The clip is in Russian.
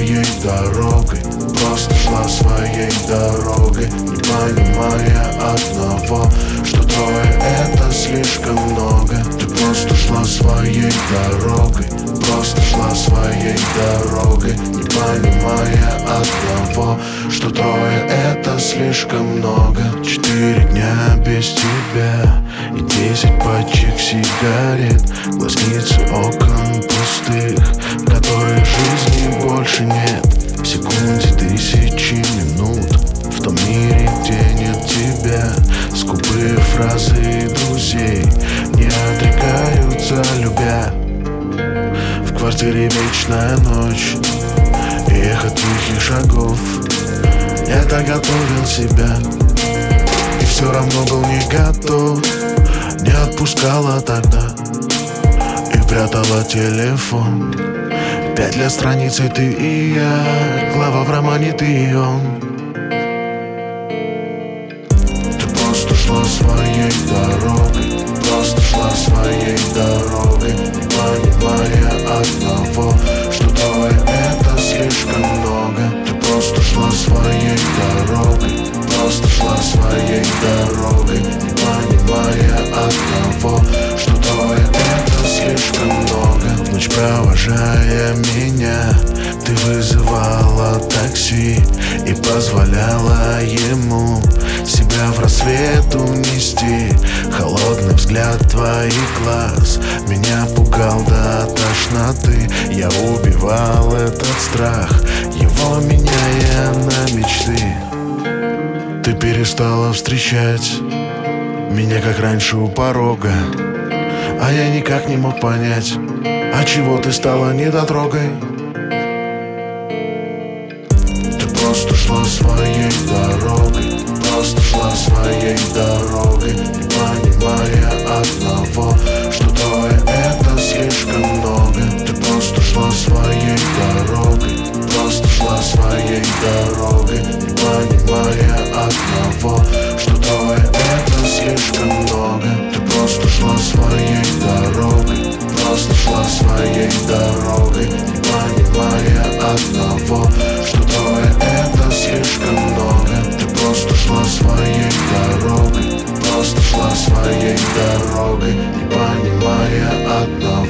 своей дорогой, просто шла своей дорогой, не понимая одного, что трое это слишком много. Ты просто шла своей дорогой, просто шла своей дорогой, не понимая одного, что трое это слишком много. 4 дня без тебя и 10 пачек сигарет, глазницы окон пустых, в которых жизни больше нет. В секунде тысячи минут в том мире, где нет тебя. Скупые фразы друзей не отрекаются, любя. В квартире вечная ночь и эхо тихих шагов. Я так готовил себя и все равно был не готов. Не отпускала тогда и прятала телефон. 5 лет страницы ты и я, глава в романе ты и он. Ты просто шла своей дорогой, просто шла своей дорогой, не понимая одного, что трое это слишком много. Ты просто шла своей дорогой, просто шла своей дорогой, не понимая одного, что трое это слишком много. В ночь провожая меня, ты вызывала такси и позволяла ему себя в рассвет унести. Холодный взгляд твоих глаз меня пугал до тошноты. Я убивал этот страх, его меняя на мечты. Ты перестала встречать меня, как раньше у порога, а я никак не мог понять, а чего ты стала недотрогой. Ты просто шла своей дорогой, просто шла своей дорогой, не понимая одного, что трое это слишком много. Ты просто шла своей дорогой, просто шла своей дорогой, не понимая одного, что трое это слишком много. Ты просто шла своей дорогой, просто шла своей дорогой, не понимая одного, что трое это слишком много. Ты просто шла своей дорогой, просто шла своей дорогой, не понимая одного.